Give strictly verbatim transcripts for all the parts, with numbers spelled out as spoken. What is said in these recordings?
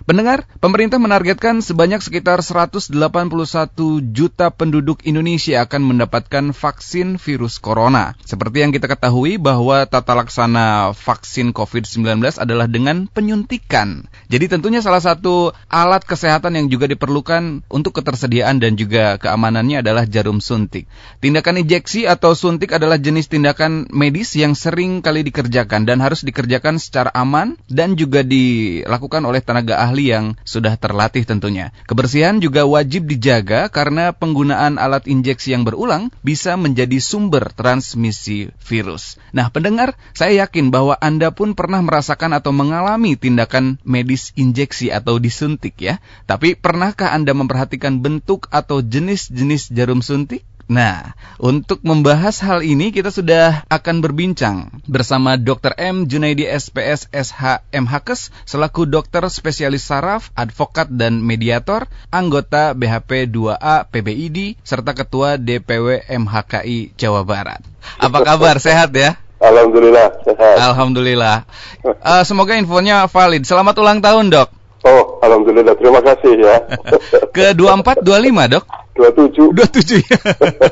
Pendengar, pemerintah menargetkan sebanyak sekitar seratus delapan puluh satu juta penduduk Indonesia akan mendapatkan vaksin virus corona. Seperti yang kita ketahui bahwa tata laksana vaksin covid sembilan belas adalah dengan penyuntikan. Jadi tentunya salah satu alat kesehatan yang juga diperlukan untuk ketersediaan dan juga keamanannya adalah jarum suntik. Tindakan injeksi atau suntik adalah jenis tindakan medis yang sering kali dikerjakan dan harus dikerjakan secara aman dan juga dilakukan oleh tenaga ahli yang sudah terlatih tentunya. Kebersihan juga wajib dijaga karena penggunaan alat injeksi yang berulang bisa menjadi sumber transmisi virus. Nah, pendengar, saya yakin bahwa Anda pun pernah merasakan atau mengalami tindakan medis injeksi atau disuntik ya. Tapi pernahkah Anda memperhatikan bentuk atau jenis-jenis jarum suntik? Nah, untuk membahas hal ini kita sudah akan berbincang bersama dokter M. Junaidi S P S S H M Hakes selaku dokter spesialis saraf, advokat dan mediator, anggota B H P dua A P B I D serta ketua D P W M H K I Jawa Barat. Apa kabar? Sehat ya? Alhamdulillah, sehat. Alhamdulillah. Uh, semoga infonya valid. Selamat ulang tahun, Dok. Oh, alhamdulillah. Terima kasih ya. Ke dua puluh empat, dua puluh lima, Dok? dua puluh tujuh. dua puluh tujuh ya.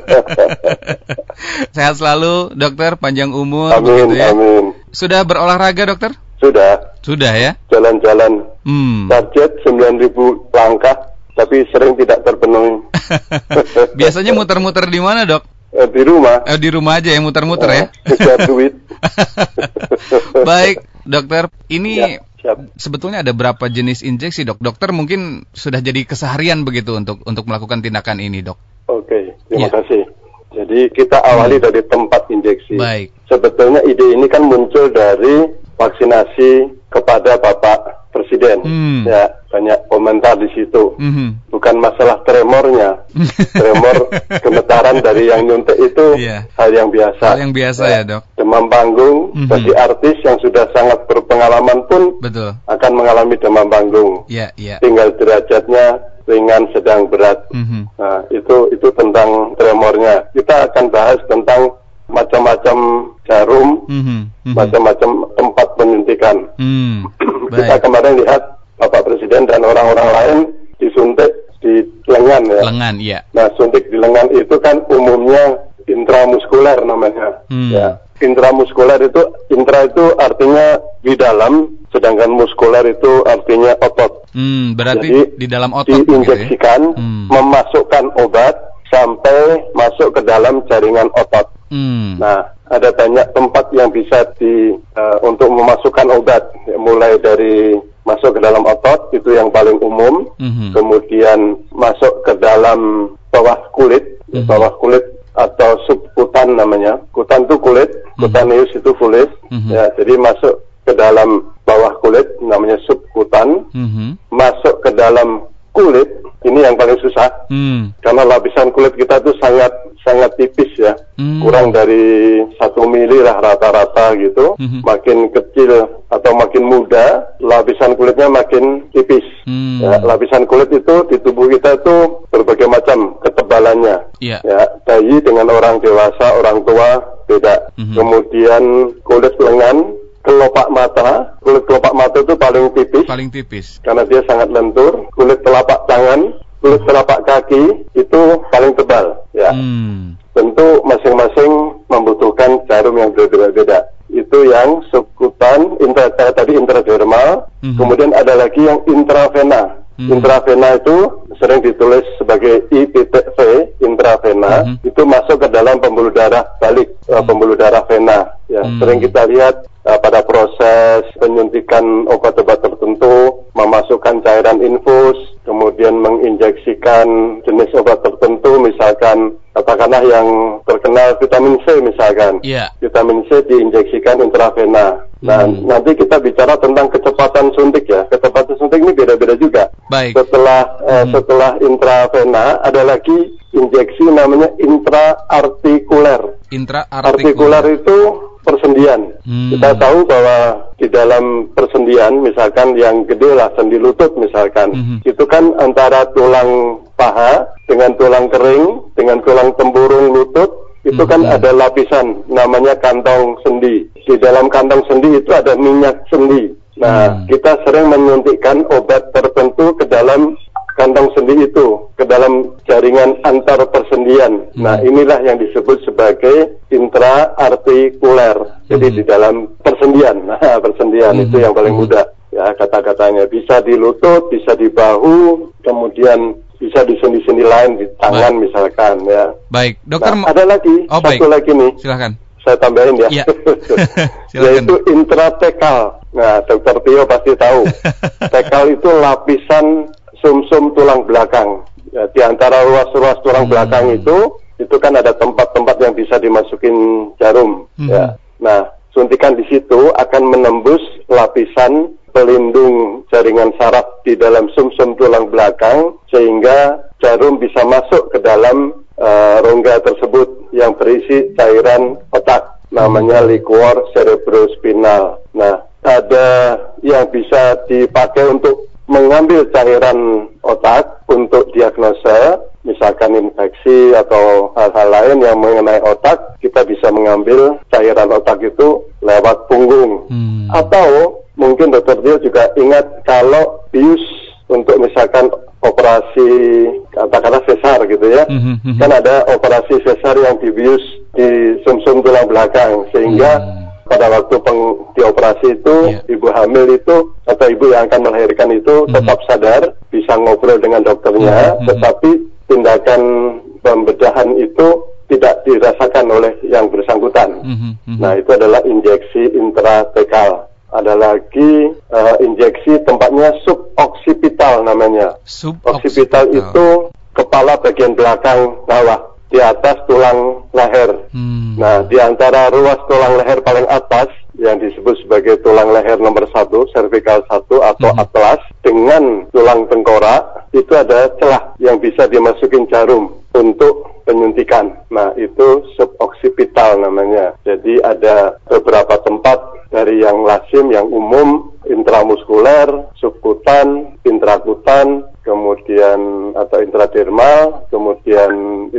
Sehat selalu, dokter, panjang umur. Amin, ya. amin. Sudah berolahraga, dokter? Sudah. Sudah ya? Jalan-jalan. Hmm. Target sembilan ribu langkah, tapi sering tidak terpenuhi. Biasanya muter-muter di mana, Dok? Eh, di rumah. Eh, di rumah aja ya, muter-muter eh, ya? Kejar duit. Baik, dokter. Ini... Ya. Siap. Sebetulnya ada berapa jenis injeksi, Dok? Dokter mungkin sudah jadi keseharian begitu untuk untuk melakukan tindakan ini, Dok. Oke, terima ya. kasih. Jadi kita awali hmm. dari tempat injeksi. Baik. Sebetulnya ide ini kan muncul dari vaksinasi kepada Bapak Presiden. Hmm. Ya, banyak komentar di situ. Hmm. Bukan masalah tremornya. Tremor gemetaran dari yang nyuntik itu yeah. hal yang biasa. Hal yang biasa ya, ya Dok. Demam panggung mm-hmm. bagi artis yang sudah sangat berpengalaman pun Betul. akan mengalami demam panggung. Yeah, yeah. Tinggal derajatnya ringan, sedang, berat. Mm-hmm. Nah, itu itu tentang tremornya. Kita akan bahas tentang macam-macam jarum, mm-hmm. Mm-hmm. macam-macam tempat penyuntikan. Mm. Kita kemarin lihat Bapak Presiden dan orang-orang lain disuntik di lengan ya. Lengan, iya. Nah, suntik di lengan itu kan umumnya intramuskuler namanya. Hmm. Ya. Intramuskuler itu, intra itu artinya di dalam, sedangkan muskuler itu artinya otot. Hmm, berarti jadi, di dalam otot diinjeksikan, ya? hmm. memasukkan obat sampai masuk ke dalam jaringan otot. Hmm. Nah, ada banyak tempat yang bisa di uh, untuk memasukkan obat, ya, mulai dari masuk ke dalam otot itu yang paling umum, mm-hmm. kemudian masuk ke dalam bawah kulit, mm-hmm. bawah kulit atau subkutan namanya. Kutan itu kulit, mm-hmm. cutaneous itu kulit, mm-hmm. ya, jadi masuk ke dalam bawah kulit namanya subkutan, mm-hmm. masuk ke dalam kulit ini yang paling susah, mm. karena lapisan kulit kita itu sangat sangat tipis ya, mm. kurang dari satu mili lah rata-rata gitu. Mm-hmm. Makin kecil atau makin muda, lapisan kulitnya makin tipis. Mm. Ya, lapisan kulit itu di tubuh kita itu berbagai macam ketebalannya. Yeah. Ya, bayi dengan orang dewasa, orang tua beda. Mm-hmm. Kemudian kulit lengan, kelopak mata, kulit kelopak mata itu paling tipis. Paling tipis. Karena dia sangat lentur. Kulit telapak tangan, kulit telapak kaki itu paling tebal. Ya. Hmm. Tentu masing-masing membutuhkan jarum yang berbeda-beda. Itu yang subkutan, intra, tadi intradermal. Hmm. Kemudian ada lagi yang intravena. Hmm. Intravena itu sering ditulis sebagai I P T V, intravena, hmm. itu masuk ke dalam pembuluh darah balik, hmm. uh, pembuluh darah vena. Ya, hmm. sering kita lihat uh, pada proses penyuntikan obat-obat tertentu, memasukkan cairan infus, kemudian menginjeksikan jenis obat tertentu, misalkan katakanlah yang terkenal vitamin C misalkan, yeah. vitamin C diinjeksikan intravena. Nah, hmm. nanti kita bicara tentang kecepatan suntik ya. Kecepatan suntik ini beda-beda juga. Baik. Setelah hmm. uh, setelah intravena ada lagi injeksi namanya intraartikuler. Intraartikuler itu persendian. Hmm. Kita tahu bahwa di dalam persendian, misalkan yang gede lah sendi lutut misalkan, hmm. itu kan antara tulang paha dengan tulang kering dengan tulang tempurung lutut. Itu kan hmm. ada lapisan namanya kantong sendi. Di dalam kantong sendi itu ada minyak sendi. Nah, hmm. kita sering menyuntikkan obat tertentu ke dalam kantong sendi itu, ke dalam jaringan antar persendian. Hmm. Nah, inilah yang disebut sebagai intraartikuler. Jadi hmm. di dalam persendian. Nah, persendian hmm. itu yang paling mudah. Ya, kata-katanya bisa di lutut, bisa di bahu, kemudian bisa di sendi-sendi lain, di tangan baik. Misalkan ya. Baik, dokter. Nah, ada lagi, oh, satu baik. lagi nih. Silakan. Saya tambahin ya. Ya. Yaitu intratekal. Nah, dokter Tio pasti tahu. Tekal itu lapisan sumsum tulang belakang. Ya, di antara ruas-ruas tulang hmm. belakang itu, itu kan ada tempat-tempat yang bisa dimasukin jarum. Hmm. Ya. Nah, suntikan di situ akan menembus lapisan pelindung jaringan saraf di dalam sumsum tulang belakang, sehingga jarum bisa masuk ke dalam uh, rongga tersebut yang berisi cairan otak. Namanya liquor cerebrospinal. Nah, ada yang bisa dipakai untuk mengambil cairan otak untuk diagnosa, misalkan infeksi atau hal-hal lain yang mengenai otak, kita bisa mengambil cairan otak itu lewat punggung. Hmm. Atau mungkin dokter Dio juga ingat kalau bius untuk misalkan operasi katakanlah sesar gitu ya, hmm. kan ada operasi sesar yang dibius di sumsum tulang belakang, sehingga hmm. pada waktu peng, dioperasi itu, yeah. ibu hamil itu atau ibu yang akan melahirkan itu mm-hmm. tetap sadar, bisa ngobrol dengan dokternya, mm-hmm. tetapi tindakan pembedahan itu tidak dirasakan oleh yang bersangkutan. Mm-hmm. Nah, itu adalah injeksi intratekal. Ada lagi uh, injeksi tempatnya suboksipital namanya. Suboksipital itu kepala bagian belakang bawah, di atas tulang leher. Hmm. Nah, di antara ruas tulang leher paling atas yang disebut sebagai tulang leher nomor satu, cervical satu atau hmm. atlas, dengan tulang tengkorak itu ada celah yang bisa dimasukin jarum untuk penyuntikan. Nah, itu suboksipital namanya. Jadi ada beberapa tempat dari yang lazim, yang umum, intramuskuler, subkutan, intrakutan, kemudian atau intradermal, kemudian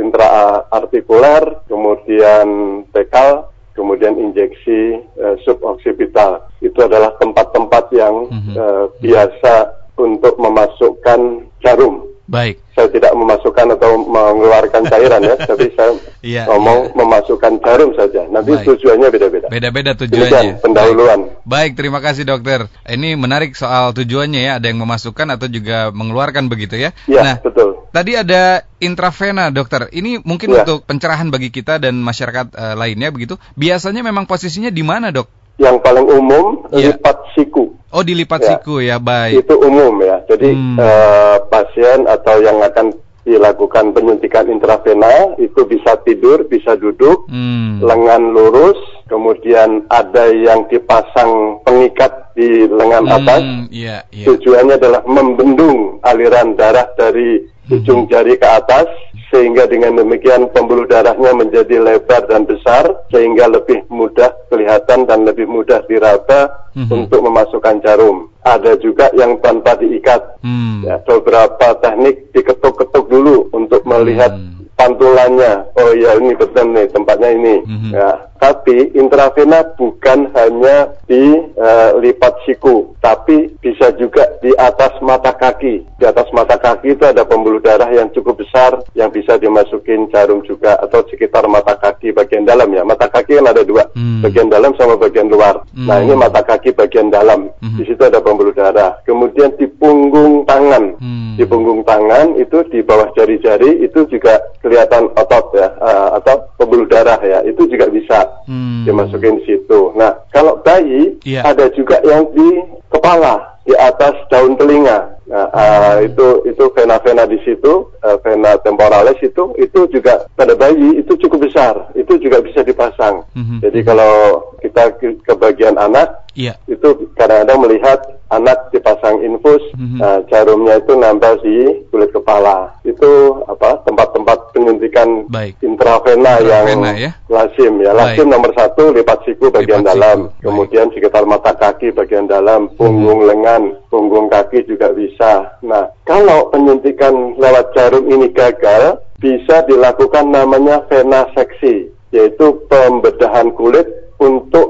intraartikuler, kemudian tekal, kemudian injeksi uh, suboksipital. Itu adalah tempat-tempat yang mm-hmm. uh, biasa untuk memasukkan jarum. Baik. Saya tidak memasukkan atau mengeluarkan cairan ya, tapi saya yeah, ngomong yeah. memasukkan jarum saja. Nanti Baik. tujuannya beda-beda. Beda-beda tujuannya. Demikian pendahuluan. Baik. Baik, terima kasih dokter. Ini menarik soal tujuannya ya, ada yang memasukkan atau juga mengeluarkan begitu ya. Iya, nah, betul. Tadi ada intravena dokter. Ini mungkin ya. untuk pencerahan bagi kita dan masyarakat uh, lainnya begitu. Biasanya memang posisinya di mana, Dok? Yang paling umum ya. lipat siku. Oh, dilipat ya. siku ya, baik. Itu umum ya. Jadi hmm. uh, pasien atau yang akan dilakukan penyuntikan intravena itu bisa tidur, bisa duduk, hmm. lengan lurus, kemudian ada yang dipasang pengikat di lengan hmm. atas. Yeah, yeah. Tujuannya adalah membendung aliran darah dari ujung jari ke atas, sehingga dengan demikian pembuluh darahnya menjadi lebar dan besar, sehingga lebih mudah kelihatan dan lebih mudah diraba mm-hmm. untuk memasukkan jarum. Ada juga yang tanpa diikat. Mm. Ya, beberapa teknik diketuk-ketuk dulu untuk melihat mm. pantulannya. Oh ya, ini betul nih tempatnya ini. Mm-hmm. Ya, tapi intravena bukan hanya di uh, lipat siku, tapi bisa juga di atas mata kaki. Di atas mata kaki itu ada pembuluh darah yang cukup besar yang bisa dimasukin jarum juga, atau sekitar mata kaki bagian dalam ya. Mata kaki kan ada dua, hmm. bagian dalam sama bagian luar. Hmm. Nah, ini mata kaki bagian dalam. Hmm. Di situ ada pembuluh darah. Kemudian di punggung tangan. Hmm. Di punggung tangan itu di bawah jari-jari itu juga kelihatan otot ya, uh, atau pembuluh darah ya. Itu juga bisa hmm. dimasukin di situ. Nah, kalau bayi yeah. ada juga yang di kepala, di atas daun telinga. Nah, uh, itu itu vena-vena di situ, uh, vena temporalis itu itu juga pada bayi itu cukup besar, itu juga bisa dipasang. Mm-hmm. Jadi kalau kita ke, ke bagian anak, yeah. itu kadang-kadang melihat anak dipasang infus, mm-hmm. uh, jarumnya itu nempel di kulit kepala. Itu apa tempat-tempat penyuntikan Baik. intravena yang ya? lazim ya. Lazim Baik. nomor satu lipat siku bagian lipat dalam, siku. kemudian sekitar mata kaki bagian dalam, punggung mm-hmm. lengan, punggung kaki juga bisa. Nah, kalau penyuntikan lewat jarum ini gagal, bisa dilakukan namanya venaseksi, yaitu pembedahan kulit untuk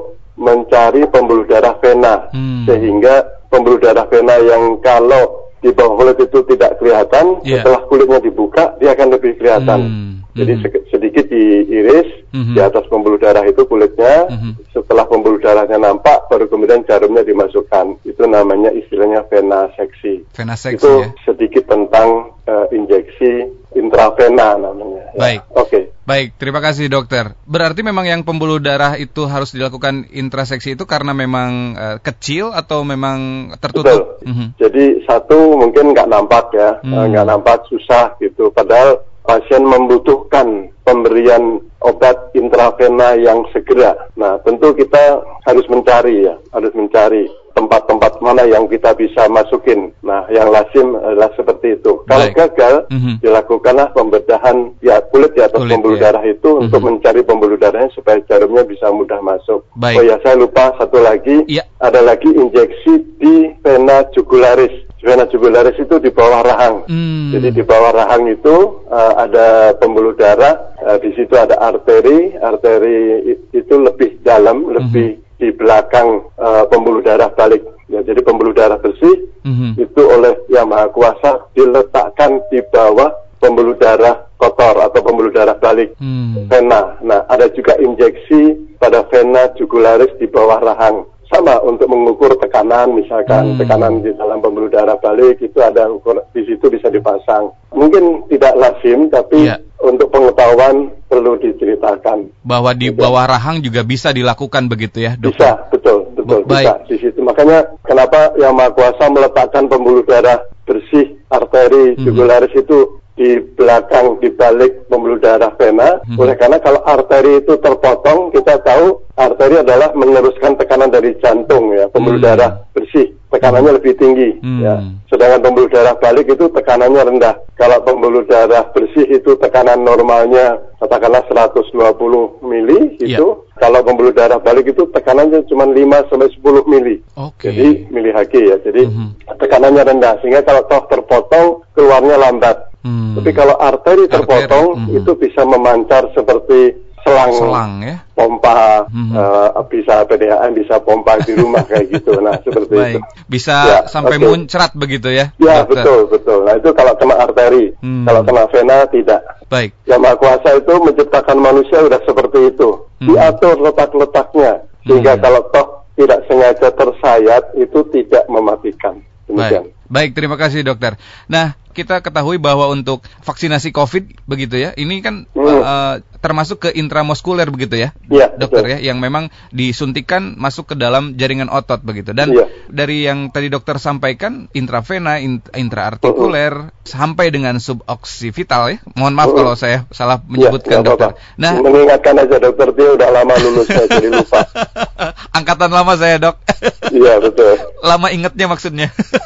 mencari pembuluh darah vena, hmm. sehingga pembuluh darah vena yang kalau di bawah kulit itu tidak kelihatan, yeah. setelah kulitnya dibuka dia akan lebih kelihatan. Hmm. Jadi mm-hmm. sedikit diiris, mm-hmm. di atas pembuluh darah itu kulitnya, mm-hmm. setelah pembuluh darahnya nampak, baru kemudian jarumnya dimasukkan. Itu namanya istilahnya venaseksi. Venaseksi itu ya? Sedikit tentang uh, injeksi intravena namanya. Baik. Ya. Oke. Okay. Baik, terima kasih dokter. Berarti memang yang pembuluh darah itu harus dilakukan intraseksi itu karena memang uh, kecil atau memang tertutup? Betul. Mm-hmm. Jadi satu mungkin nggak nampak ya, nggak mm. nampak, susah gitu. Padahal pasien membutuhkan pemberian obat intravena yang segera. Nah, tentu kita harus mencari ya, harus mencari tempat-tempat mana yang kita bisa masukin. Nah, yang lazim adalah seperti itu. Kalau Baik. gagal, mm-hmm. dilakukanlah pembedahan ya kulit di atas kulit, pembuluh ya. darah itu mm-hmm. untuk mencari pembuluh darahnya supaya jarumnya bisa mudah masuk. Baik. Oh ya, saya lupa satu lagi, ya. ada lagi injeksi di vena jugularis. Vena jugularis itu di bawah rahang. Hmm. Jadi di bawah rahang itu uh, ada pembuluh darah. Uh, di situ ada arteri. Arteri itu lebih dalam, hmm. lebih di belakang uh, pembuluh darah balik. Ya, jadi pembuluh darah bersih hmm. itu oleh Yang Maha Kuasa diletakkan di bawah pembuluh darah kotor atau pembuluh darah balik hmm. vena. Nah, ada juga injeksi pada vena jugularis di bawah rahang. Sama untuk mengukur tekanan, misalkan hmm. tekanan di dalam pembuluh darah balik itu ada ukur, di situ bisa dipasang. Mungkin tidak lazim, tapi yeah. untuk pengetahuan perlu diceritakan. Bahwa di bawah rahang juga bisa dilakukan begitu ya, dokter? Bisa, betul, betul, Baik. bisa di situ. Makanya kenapa Yang Maha Kuasa meletakkan pembuluh darah bersih arteri hmm. jugularis itu di belakang, di balik pembuluh darah vena, hmm. oleh karena kalau arteri itu terpotong, kita tahu arteri adalah meneruskan tekanan dari jantung ya, pembuluh hmm. darah bersih, tekanannya hmm. lebih tinggi hmm. ya. Sedangkan pembuluh darah balik itu tekanannya rendah. Kalau pembuluh darah bersih itu tekanan normalnya katakanlah seratus dua puluh mili itu, yeah. kalau pembuluh darah balik itu tekanannya cuma lima sampai sepuluh mili. Okay. Jadi mili Hg ya. Jadi hmm. tekanannya rendah sehingga kalau toh terpotong keluarnya lambat. Hmm. Tapi kalau arteri terpotong arteri, itu hmm. bisa memancar seperti selang, selang ya? pompa, hmm. uh, bisa P D A M, bisa pompa di rumah kayak gitu. Nah, seperti Baik. itu. Bisa ya, sampai okay. muncrat begitu ya? Ya, dokter? betul, betul. Nah, itu kalau kena arteri. Hmm. Kalau kena vena, tidak. Baik. Yang Maha Kuasa itu menciptakan manusia sudah seperti itu. Hmm. Diatur letak-letaknya. Sehingga hmm. kalau toh tidak sengaja tersayat, itu tidak mematikan. Demikian. Baik. Baik, terima kasih dokter. Nah, kita ketahui bahwa untuk vaksinasi COVID begitu ya, ini kan hmm. uh, termasuk ke intramuskuler begitu ya, ya dokter betul. ya, yang memang disuntikan masuk ke dalam jaringan otot begitu. Dan ya. dari yang tadi dokter sampaikan, intravena, int- intraartikuler, uh-uh. sampai dengan suboksivital ya. Mohon maaf uh-uh. kalau saya salah menyebutkan ya, dokter. Apa-apa. Nah, mengingatkan aja dokter, dia udah lama lulus saya jadi lupa. Angkatan lama saya dok. Iya betul. Lama ingetnya maksudnya.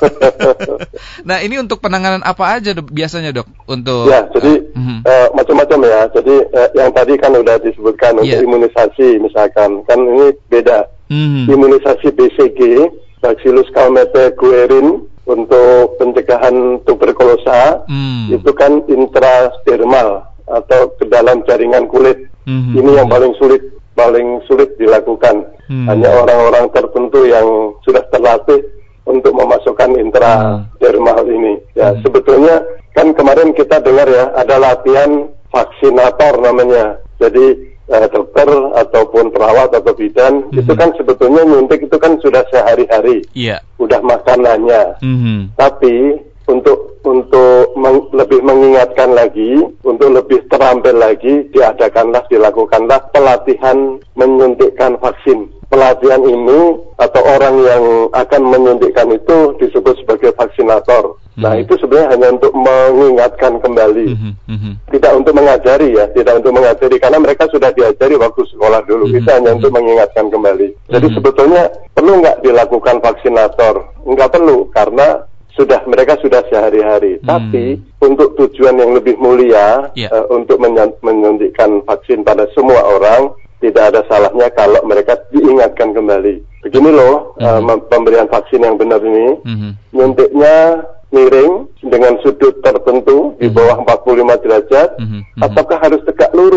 Nah, ini untuk penanganan apa aja dok, biasanya dok? Untuk ya, jadi uh, uh, macam-macam ya. Jadi uh, yang tadi kan udah disebutkan untuk yeah. imunisasi misalkan, kan ini beda. Mm-hmm. Imunisasi B C G, Bacillus calmette-guerin untuk pencegahan tuberkulosa, mm. itu kan intradermal atau ke dalam jaringan kulit. Mm-hmm. Ini yang paling sulit, paling sulit dilakukan. Mm. Hanya orang-orang tertentu yang sudah terlatih untuk memasukkan intradermal ini. Ya, hmm. sebetulnya kan kemarin kita dengar ya, ada latihan vaksinator namanya. Jadi eh, dokter ataupun perawat atau bidan, hmm. itu kan sebetulnya nyuntik itu kan sudah sehari-hari. Iya. Yeah. Udah makanannya. Hmm. Tapi untuk untuk meng, lebih mengingatkan lagi, untuk lebih terampil lagi, diadakanlah, dilakukanlah pelatihan menyuntikkan vaksin. Pelatihan ini atau orang yang akan menyuntikkan itu disebut sebagai vaksinator. Mm-hmm. Nah, itu sebenarnya hanya untuk mengingatkan kembali. Mm-hmm. Tidak untuk mengajari ya, tidak untuk mengajari karena mereka sudah diajari waktu sekolah dulu. Mm-hmm. Kita hanya untuk mengingatkan kembali. Jadi mm-hmm. sebetulnya perlu nggak dilakukan vaksinator? Nggak perlu karena sudah mereka sudah sehari-hari. Hmm. Tapi untuk tujuan yang lebih mulia, yeah. uh, untuk menyan- menyuntikkan vaksin pada semua orang, tidak ada salahnya kalau mereka diingatkan kembali. Begini loh, mm-hmm. uh, pemberian vaksin yang benar ini, mm-hmm. nyuntiknya miring dengan sudut tertentu di bawah empat puluh lima derajat, mm-hmm. ataukah harus tegak lurus?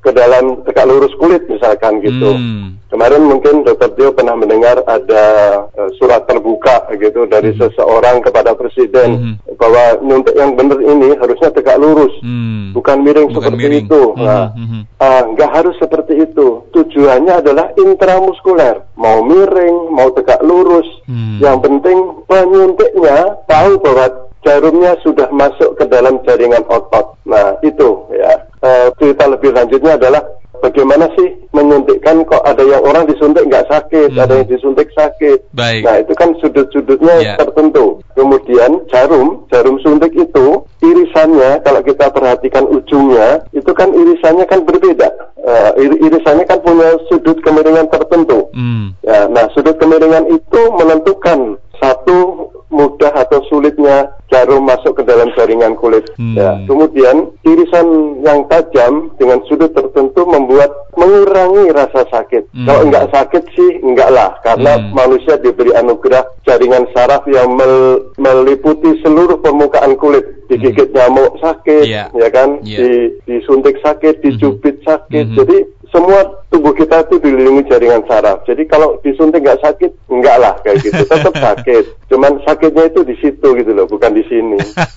ke dalam tegak lurus kulit misalkan gitu. Hmm. Kemarin mungkin Dokter Tio pernah mendengar ada uh, surat terbuka gitu dari hmm. seseorang kepada presiden hmm. bahwa nyuntik yang benar ini harusnya tegak lurus, hmm. bukan miring bukan seperti miring. itu. Hmm. Nah, hmm. uh, nggak harus seperti itu. Tujuannya adalah intramuskuler, mau miring, mau tegak lurus. Hmm. Yang penting penyuntiknya tahu bahwa jarumnya sudah masuk ke dalam jaringan otot. Nah itu ya. Uh, cerita lebih lanjutnya adalah bagaimana sih menyuntikkan kok ada yang orang disuntik nggak sakit, hmm. ada yang disuntik sakit. Baik. Nah itu kan sudut-sudutnya yeah. tertentu. Kemudian jarum, jarum suntik itu irisannya kalau kita perhatikan ujungnya itu kan irisannya kan berbeda. Uh, ir- irisannya kan punya sudut kemiringan tertentu. Hmm. Ya, nah sudut kemiringan itu menentukan satu mudah atau sulitnya jarum masuk ke dalam jaringan kulit. Hmm. Ya, kemudian irisan yang tajam dengan sudut tertentu membuat mengurangi rasa sakit. Hmm. Kalau enggak sakit sih enggak lah, karena hmm. manusia diberi anugerah jaringan saraf yang mel- meliputi seluruh permukaan kulit. Digigit hmm. nyamuk sakit, yeah. ya kan? Yeah. Di, disuntik sakit, dicubit hmm. sakit. Hmm. Jadi semua tubuh kita itu dilindungi jaringan saraf. Jadi kalau disuntik nggak sakit, enggak lah kayak gitu. Tetap sakit. Cuman sakitnya itu di situ gitu loh, bukan di sini.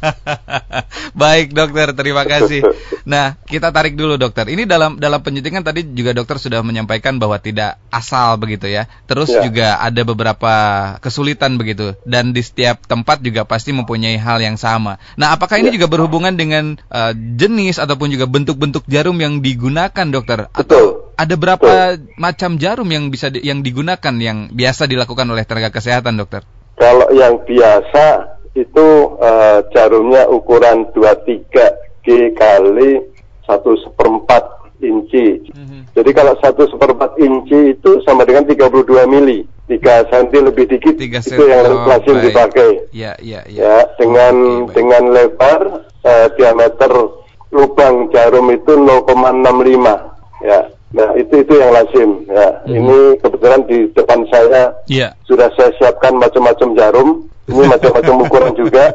Baik dokter, terima kasih. Nah, kita tarik dulu dokter. Ini dalam dalam penyuntikan tadi juga dokter sudah menyampaikan bahwa tidak asal begitu ya. Terus ya. juga ada beberapa kesulitan begitu. Dan di setiap tempat juga pasti mempunyai hal yang sama. Nah, apakah ini ya. juga berhubungan dengan uh, jenis ataupun juga bentuk-bentuk jarum yang digunakan dokter? Atau Betul. ada berapa Betul. macam jarum yang bisa di, yang digunakan yang biasa dilakukan oleh tenaga kesehatan dokter? Kalau yang biasa itu uh, jarumnya ukuran dua puluh tiga G kali satu seperempat inci. Mm-hmm. Jadi kalau satu seperempat inci itu sama dengan tiga puluh dua mili, tiga sentimeter lebih dikit. Itu yang oh, lazim baik. dipakai. Ya, ya, ya. ya dengan okay, dengan lebar uh, diameter lubang jarum itu nol koma enam lima. Ya. Nah itu itu yang lazim ya. Hmm. Ini kebetulan di depan saya yeah. sudah saya siapkan macam-macam jarum. Ini macam-macam ukuran juga.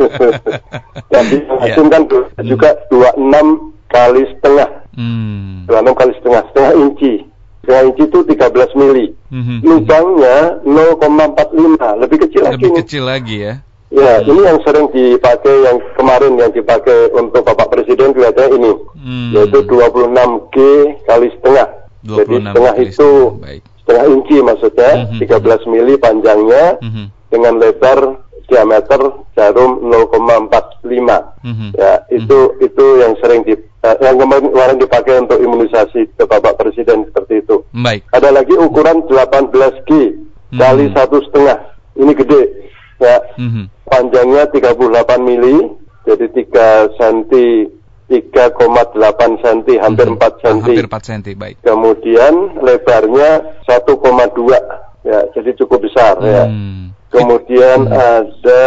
Jadi yang lazim yeah. kan juga dua puluh enam kali setengah. Hmm. dua puluh enam kali setengah, setengah inci. Setengah inci itu tiga belas mili. Hmm. Lubangnya nol koma empat lima, lebih kecil lebih lagi. Lebih kecil lagi ya. Ya, hmm. ini yang sering dipakai, yang kemarin yang dipakai untuk Bapak Presiden kelihatannya ini, hmm. yaitu dua puluh enam G kali setengah. Jadi setengah itu setengah, setengah inci maksudnya, hmm. tiga belas mili panjangnya, hmm. dengan lebar diameter jarum nol koma empat lima. Hmm. Ya, itu hmm. itu yang sering di, uh, yang kemarin, kemarin dipakai untuk imunisasi ke Bapak Presiden seperti itu. Baik. Ada lagi ukuran delapan belas G hmm. kali satu setengah. Ini gede. Ya, mm-hmm. panjangnya tiga puluh delapan mili, jadi tiga sentimeter, tiga koma delapan sentimeter, hampir mm-hmm. empat sentimeter. Hampir empat sentimeter, baik. Kemudian lebarnya satu koma dua, ya, jadi cukup besar, mm. ya. Kemudian mm. ada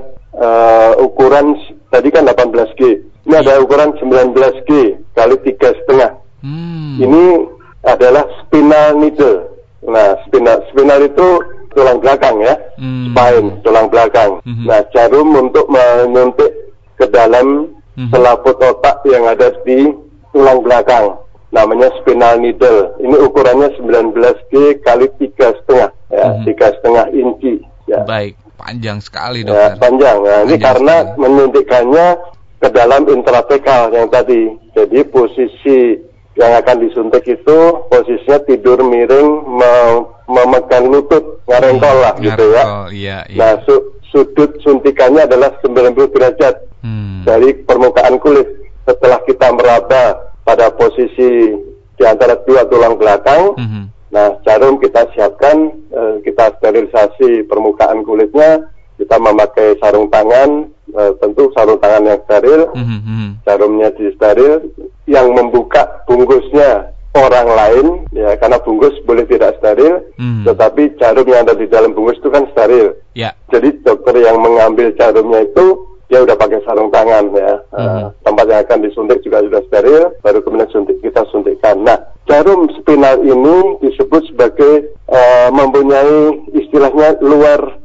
uh, ukuran, tadi kan delapan belas G, ini mm. ada ukuran sembilan belas G kali tiga setengah. Mm. Ini adalah spinal needle. Nah, spinal, spinal itu tulang belakang ya, hmm. spine, tulang belakang. Hmm. Nah, jarum untuk menyuntik ke dalam hmm. selaput otak yang ada di tulang belakang, namanya spinal needle. Ini ukurannya sembilan belas G kali tiga setengah, ya, hmm. tiga setengah inci. Ya. Baik, panjang sekali dokter. Ya, panjang. Nah, panjang ini karena sekali. menyuntikkannya ke dalam intratekal yang tadi. Jadi posisi yang akan disuntik itu posisinya tidur miring, mem- memegang lutut, ngarengkol lah hmm, gitu ya. Iya, iya. Nah su- sudut suntikannya adalah sembilan puluh derajat hmm. dari permukaan kulit. Setelah kita meraba pada posisi di antara dua tulang belakang, hmm. nah jarum kita siapkan, eh, kita sterilisasi permukaan kulitnya, kita memakai sarung tangan, eh, tentu sarung tangan yang steril, hmm. jarumnya disteril, yang membuka bungkusnya orang lain, ya karena bungkus boleh tidak steril, hmm. tetapi jarum yang ada di dalam bungkus itu kan steril. Ya. Jadi dokter yang mengambil jarumnya itu dia udah pakai sarung tangan ya. Hmm. Uh, tempat yang akan disuntik juga sudah steril, baru kemudian suntik kita suntikkan. Nah, jarum spinal ini disebut sebagai uh, mempunyai istilahnya luar lock.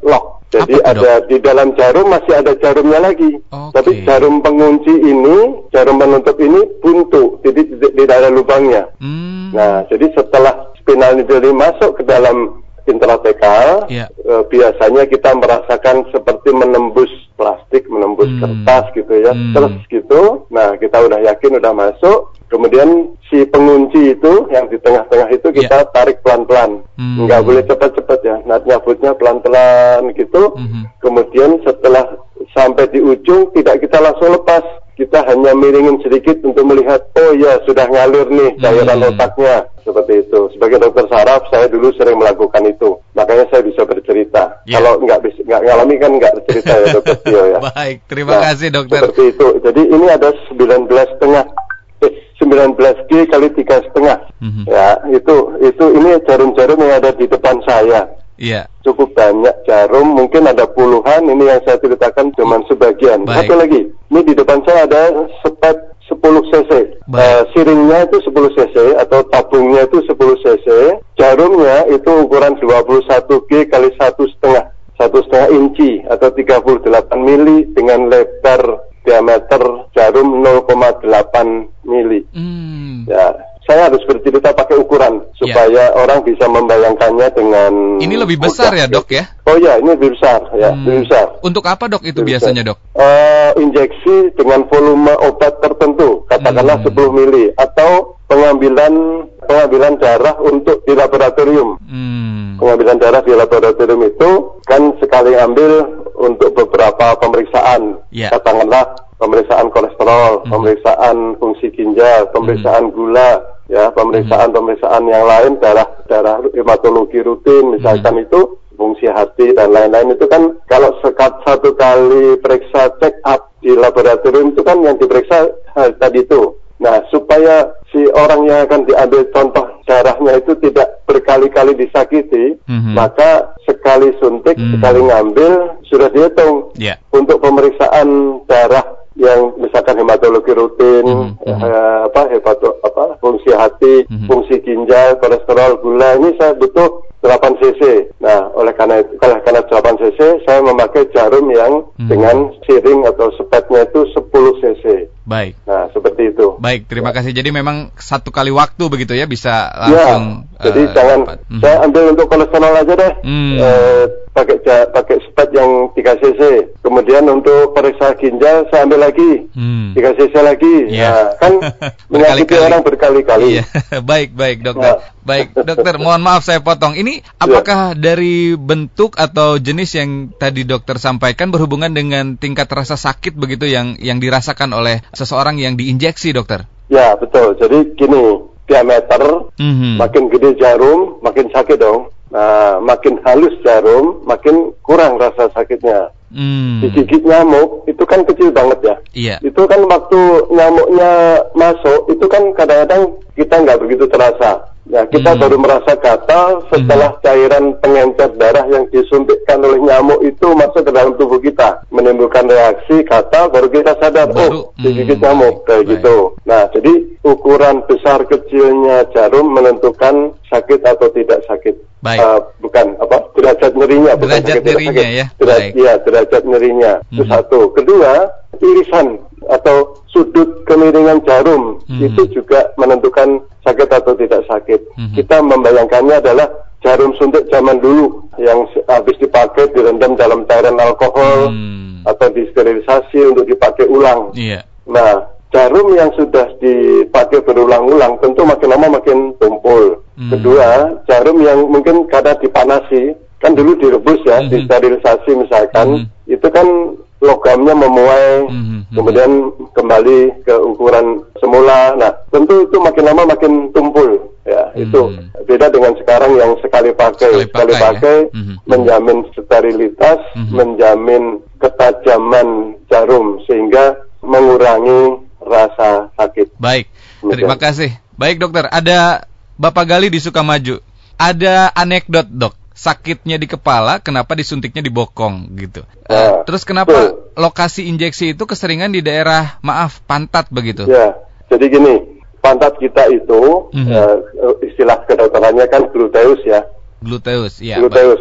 Jadi Apa itu, ada di dalam jarum masih ada jarumnya lagi. Okay. Tapi jarum pengunci ini, jarum penutup ini buntu, jadi tidak ada lubangnya. Hmm. Nah, jadi setelah spinal needle ini masuk ke dalam intratekal, yeah. e, biasanya kita merasakan seperti menembus plastik, menembus hmm. kertas gitu ya, hmm. terus gitu. Nah, kita udah yakin udah masuk. Kemudian si pengunci itu yang di tengah-tengah itu kita yeah. tarik pelan-pelan, hmm. nggak boleh cepat-cepat ya. Nah, nyabutnya pelan-pelan gitu. Hmm. Kemudian setelah sampai di ujung tidak kita langsung lepas. Kita hanya miringin sedikit untuk melihat, oh ya sudah ngalir nih cairan hmm. otaknya, seperti itu. Sebagai dokter saraf, saya dulu sering melakukan itu, makanya saya bisa bercerita. Yeah. Kalau nggak bisa nggak ngalami kan nggak bercerita ya dokter Tio ya. Baik, terima nah, kasih dokter. Seperti itu. Jadi ini ada sembilan belas setengah, eh, sembilan belas G kali tiga setengah. Mm-hmm. Ya itu itu ini jarum-jarum yang ada di depan saya. Iya. Yeah. Cukup banyak jarum, mungkin ada puluhan. Ini yang saya ceritakan cuma sebagian. Baik. Satu lagi, ini di depan saya ada sepet sepuluh cc. Uh, siringnya itu sepuluh cc atau tabungnya itu sepuluh cc. Jarumnya itu ukuran dua puluh satu G kali satu setengah, satu setengah inci atau tiga puluh delapan mili dengan lebar diameter jarum nol koma delapan mili. Hmm. Ya. Saya harus bercerita pakai ukuran supaya ya. orang bisa membayangkannya dengan. Ini lebih besar mudah, ya dok ya? Oh ya, ini lebih besar ya, hmm. lebih besar. Untuk apa dok itu lebih biasanya besar. dok? Uh, injeksi dengan volume obat tertentu, katakanlah hmm. sepuluh mili atau pengambilan pengambilan darah untuk di laboratorium. Hmm. Pengambilan darah di laboratorium itu kan sekali ambil untuk beberapa pemeriksaan, ya. katakanlah pemeriksaan kolesterol, hmm. pemeriksaan fungsi ginjal, pemeriksaan hmm. gula, ya, pemeriksaan-pemeriksaan yang lain, darah darah hematologi rutin, misalkan hmm. itu fungsi hati dan lain-lain itu kan kalau sekat satu kali periksa check up di laboratorium itu kan yang diperiksa hal tadi itu. Nah, supaya si orang yang akan diambil contoh darahnya itu tidak berkali-kali disakiti, mm-hmm. maka sekali suntik, mm-hmm. sekali ngambil sudah dihitung. Yeah. Untuk pemeriksaan darah yang misalkan hematologi rutin, mm-hmm. eh, apa hepato apa fungsi hati, mm-hmm. fungsi ginjal, kolesterol, gula, ini saya butuh delapan cc. Nah, oleh karena itu, oleh karena delapan cc, saya memakai jarum yang mm-hmm. dengan siring atau sepetnya itu sepuluh cc. Baik. Nah, seperti itu. Baik, terima kasih. Jadi memang satu kali waktu begitu ya, bisa langsung. Ya, jadi uh, jangan. Mm-hmm. Saya ambil untuk kolesterol aja deh. Mm. Eh, pakai pakai spet yang tiga cc. Kemudian untuk periksa ginjal saya ambil lagi mm. tiga cc lagi. Yeah. Nah, kan menyakiti orang berkali-kali. Iya. Baik, baik dokter. Nah. Baik, dokter. Mohon maaf saya potong. Ini apakah yeah. dari bentuk atau jenis yang tadi dokter sampaikan berhubungan dengan tingkat rasa sakit begitu yang yang dirasakan oleh seseorang yang diinjeksi, dokter? Ya, betul. Jadi gini, diameter, mm-hmm. makin gede jarum, makin sakit dong. Nah, makin halus jarum, makin kurang rasa sakitnya. Mm. Digigit nyamuk, itu kan kecil banget ya. Iya. Itu kan waktu nyamuknya masuk, itu kan kadang-kadang kita nggak begitu terasa. Ya, kita hmm. baru merasa gatal setelah hmm. cairan pengencer darah yang disuntikkan oleh nyamuk itu masuk ke dalam tubuh kita, menimbulkan reaksi gatal, baru kita sadar, baru, oh, digigit hmm, nyamuk, kayak baik. gitu. Nah, jadi ukuran besar kecilnya jarum menentukan sakit atau tidak sakit. Uh, bukan apa derajat nyerinya, bukan derajat sakit, nyerinya sakit. ya. Derajat, ya, derajat nyerinya. Hmm. Itu satu. Kedua, irisan atau sudut kemiringan jarum hmm. itu juga menentukan sakit atau tidak sakit. Hmm. Kita membayangkannya adalah jarum suntik zaman dulu yang habis dipakai direndam dalam cairan alkohol hmm. atau disterilisasi untuk dipakai ulang. Yeah. Nah, jarum yang sudah dipakai berulang-ulang tentu makin lama makin tumpul. Hmm. Kedua, jarum yang mungkin karena dipanasi, kan dulu direbus ya, hmm. disterilisasi misalkan, hmm. itu kan logamnya memuai, mm-hmm. kemudian kembali ke ukuran semula. Nah, tentu itu makin lama makin tumpul. Ya, mm-hmm. itu beda dengan sekarang yang sekali pakai, sekali pakai, sekali pakai ya? mm-hmm. menjamin sterilitas, mm-hmm. menjamin ketajaman jarum sehingga mengurangi rasa sakit. Baik, terima kasih. Baik dokter, ada Bapak Gali di Sukamaju. Ada anekdot dok. Sakitnya di kepala, kenapa disuntiknya di bokong gitu. Nah, uh, terus kenapa betul. lokasi injeksi itu keseringan di daerah maaf pantat begitu? Ya, jadi gini, pantat kita itu mm-hmm. uh, istilah kedokterannya kan gluteus ya. Gluteus, ya. Gluteus. Baik. Nah,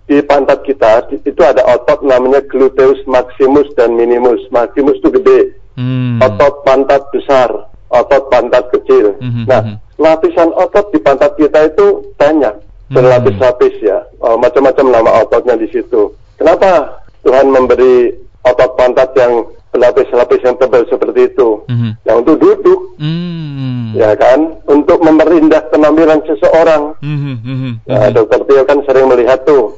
di pantat kita itu ada otot namanya gluteus maximus dan minimus. Maximus itu gede, hmm. otot pantat besar, otot pantat kecil. Hmm. Nah, lapisan otot di pantat kita itu banyak, berlapis-lapis ya, oh, macam-macam nama ototnya di situ. Kenapa Tuhan memberi otot pantat yang berlapis-lapis yang tebal seperti itu? Hmm. Yang untuk duduk, hmm. ya kan, untuk memerindah penampilan seseorang. Hmm. Hmm. Nah, Dokter Tio kan sering melihat tuh.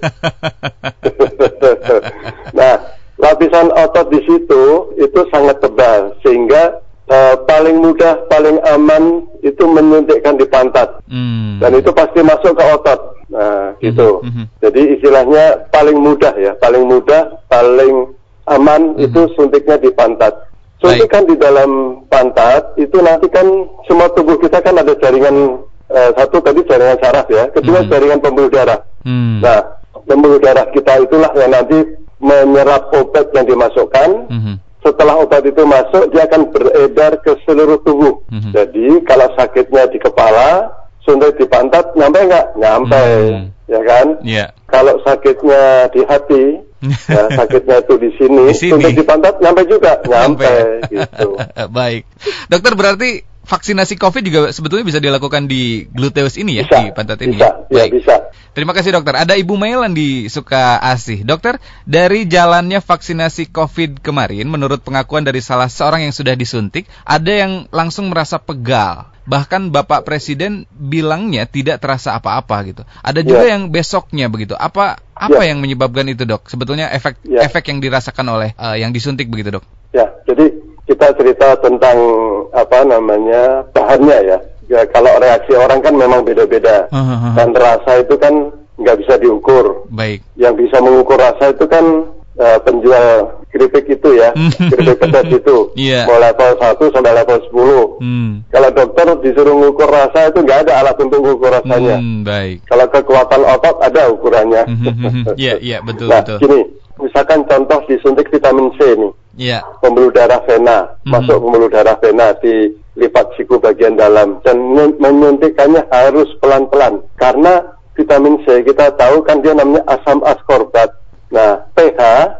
Nah, lapisan otot di situ itu sangat tebal sehingga uh, paling mudah, paling aman itu menyuntikkan di pantat. Hmm. Dan itu pasti masuk ke otot. Nah, gitu. Hmm. Jadi istilahnya paling mudah ya, paling mudah, paling aman mm-hmm. itu suntiknya di pantat. Suntikan Baik. Di dalam pantat itu nanti kan semua tubuh kita kan ada jaringan uh, satu tadi jaringan saraf ya, kedua mm-hmm. jaringan pembuluh darah. Mm. Nah, pembuluh darah kita itulah yang nanti menyerap obat yang dimasukkan. Mm-hmm. Setelah obat itu masuk, dia akan beredar ke seluruh tubuh. Mm-hmm. Jadi kalau sakitnya di kepala, suntik di pantat, nyampe nggak? Nyampe, mm-hmm. ya kan? Yeah. Kalau sakitnya di hati, ya, sakitnya itu di sini, suntik di pantat nyampe juga, nyampe, gitu. Baik, dokter, berarti vaksinasi COVID juga sebetulnya bisa dilakukan di gluteus ini ya, bisa, di pantat ini bisa, ya? Baik. Ya, bisa. Terima kasih dokter. Ada Ibu Mailan di Sukaasih. Dokter, dari jalannya vaksinasi COVID kemarin, menurut pengakuan dari salah seorang yang sudah disuntik, ada yang langsung merasa pegal. Bahkan Bapak Presiden bilangnya tidak terasa apa-apa gitu. Ada juga ya. Yang besoknya begitu. Apa apa ya. Yang menyebabkan itu, Dok? Sebetulnya efek ya. efek yang dirasakan oleh uh, yang disuntik begitu, Dok? Ya, jadi kita cerita tentang apa namanya bahannya ya. Ya kalau reaksi orang kan memang beda-beda. Uh-huh. Dan rasa itu kan nggak bisa diukur. Baik. Yang bisa mengukur rasa itu kan uh, penjual keripik itu ya, keripik pedas itu, yeah. mau level satu sampai level sepuluh. Hmm. Kalau dokter disuruh ngukur rasa itu nggak ada alat untuk ngukur rasanya. Hmm, baik. Kalau kekuatan otot ada ukurannya. Iya, iya, betul, nah, betul. Gini, misalkan contoh disuntik vitamin C nih, yeah. pembuluh darah vena, mm-hmm. masuk pembuluh darah vena di lipat siku bagian dalam, dan menyuntikannya harus pelan-pelan, karena vitamin C kita tahu kan dia namanya asam askorbat. Nah, pH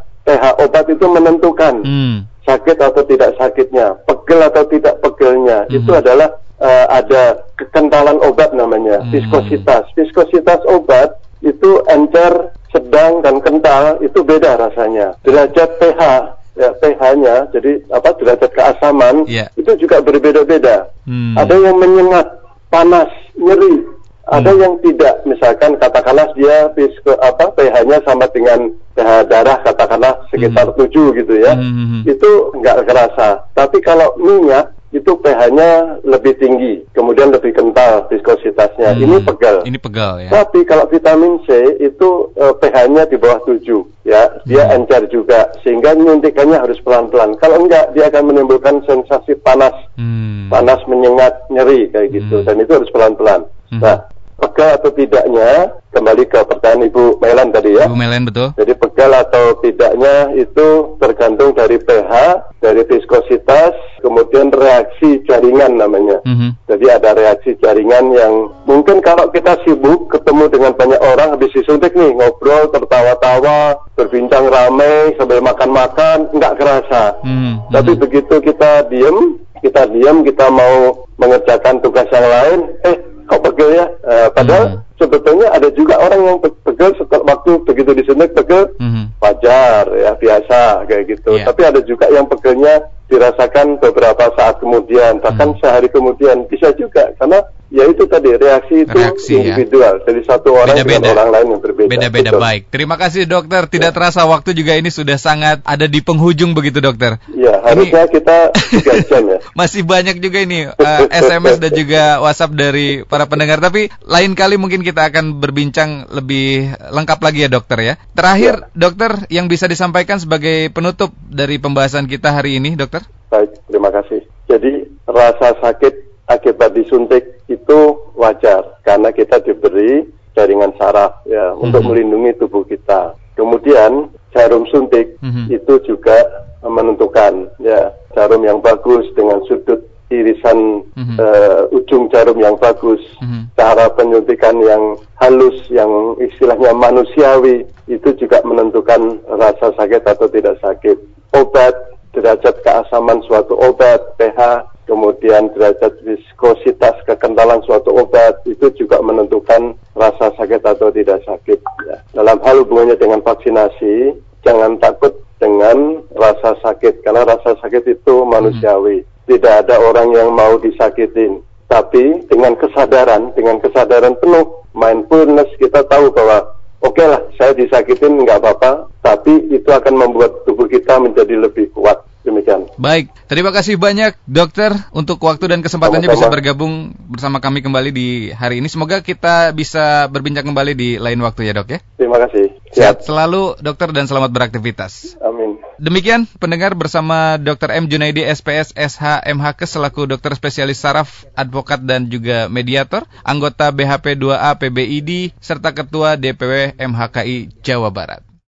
pH obat itu menentukan hmm. sakit atau tidak sakitnya, pegel atau tidak pegelnya. Hmm. Itu adalah uh, ada kekentalan obat namanya, hmm. viskositas. Viskositas obat itu encer, sedang, dan kental itu beda rasanya. Derajat pH, ya pH-nya, jadi apa derajat keasaman yeah. itu juga berbeda-beda. Hmm. Ada yang menyengat, panas, nyeri. Ada hmm. yang tidak, misalkan katakanlah dia pisko, apa pH-nya sama dengan pH darah katakanlah sekitar hmm. tujuh gitu ya, hmm. itu nggak kerasa. Tapi kalau minyak itu pH-nya lebih tinggi, kemudian lebih kental viskositasnya. Hmm. Ini pegal. Ini pegal ya. Tapi kalau vitamin C itu uh, pH-nya di bawah tujuh, ya dia hmm. encer juga, sehingga nyuntikannya harus pelan-pelan. Kalau enggak, dia akan menimbulkan sensasi panas, hmm. panas menyengat, nyeri kayak gitu, hmm. dan itu harus pelan-pelan. Hmm. Nah, pegal atau tidaknya, kembali ke pertanyaan Ibu Mailan tadi ya. Ibu Mailan, betul. Jadi pegal atau tidaknya itu tergantung dari pH, dari viskositas, kemudian reaksi jaringan namanya. Mm-hmm. Jadi ada reaksi jaringan yang mungkin kalau kita sibuk ketemu dengan banyak orang habis disuntik nih, ngobrol, tertawa-tawa, berbincang ramai sambil makan-makan, nggak kerasa. Mm-hmm. Tapi begitu kita diem, kita diem, kita mau mengerjakan tugas yang lain, eh kok pegel ya? Uh, padahal mm-hmm. sebetulnya ada juga orang yang pegel setelah waktu begitu disuntik pegel, mm-hmm. wajar ya, biasa kayak gitu. Yeah. Tapi ada juga yang pegelnya dirasakan beberapa saat kemudian, bahkan mm-hmm. sehari kemudian, bisa juga karena ya itu tadi reaksi itu reaksi, individual ya. Dari satu orang beda-beda. Dengan orang lain yang berbeda. Beda-beda. Betul. Baik. Terima kasih dokter. Tidak ya. Terasa waktu juga ini sudah sangat ada di penghujung begitu dokter. Ya harusnya ini... kita tiga jam ya. Masih banyak juga ini uh, S M S dan juga WhatsApp dari para pendengar. Tapi lain kali mungkin kita akan berbincang lebih lengkap lagi ya dokter ya. Terakhir ya. Dokter yang bisa disampaikan sebagai penutup dari pembahasan kita hari ini dokter. Baik. Terima kasih. Jadi rasa sakit akibat disuntik itu wajar karena kita diberi jaringan saraf ya mm-hmm. untuk melindungi tubuh kita. Kemudian jarum suntik mm-hmm. itu juga menentukan ya jarum yang bagus dengan sudut irisan tulisan mm-hmm. uh, ujung jarum yang bagus, mm-hmm. cara penyuntikan yang halus, yang istilahnya manusiawi, itu juga menentukan rasa sakit atau tidak sakit. Obat, derajat keasaman suatu obat, pH, kemudian derajat viskositas, kekentalan suatu obat, itu juga menentukan rasa sakit atau tidak sakit. Ya. Dalam hal hubungannya dengan vaksinasi, jangan takut dengan rasa sakit, karena rasa sakit itu manusiawi. Tidak ada orang yang mau disakitin. Tapi dengan kesadaran, dengan kesadaran penuh, mindfulness, kita tahu bahwa oke okay lah, saya disakitin nggak apa-apa, tapi itu akan membuat tubuh kita menjadi lebih kuat. Demikian. Baik, terima kasih banyak dokter untuk waktu dan kesempatannya Sama-sama. Bisa bergabung bersama kami kembali di hari ini. Semoga kita bisa berbincang kembali di lain waktu ya dok ya. Terima kasih. Sehat selalu dokter dan selamat beraktivitas. Amin. Demikian pendengar bersama dokter M. Junaidi S P S S H M H K selaku dokter spesialis saraf, advokat dan juga mediator, anggota B H P dua A P B I D serta ketua D P W M H K I Jawa Barat.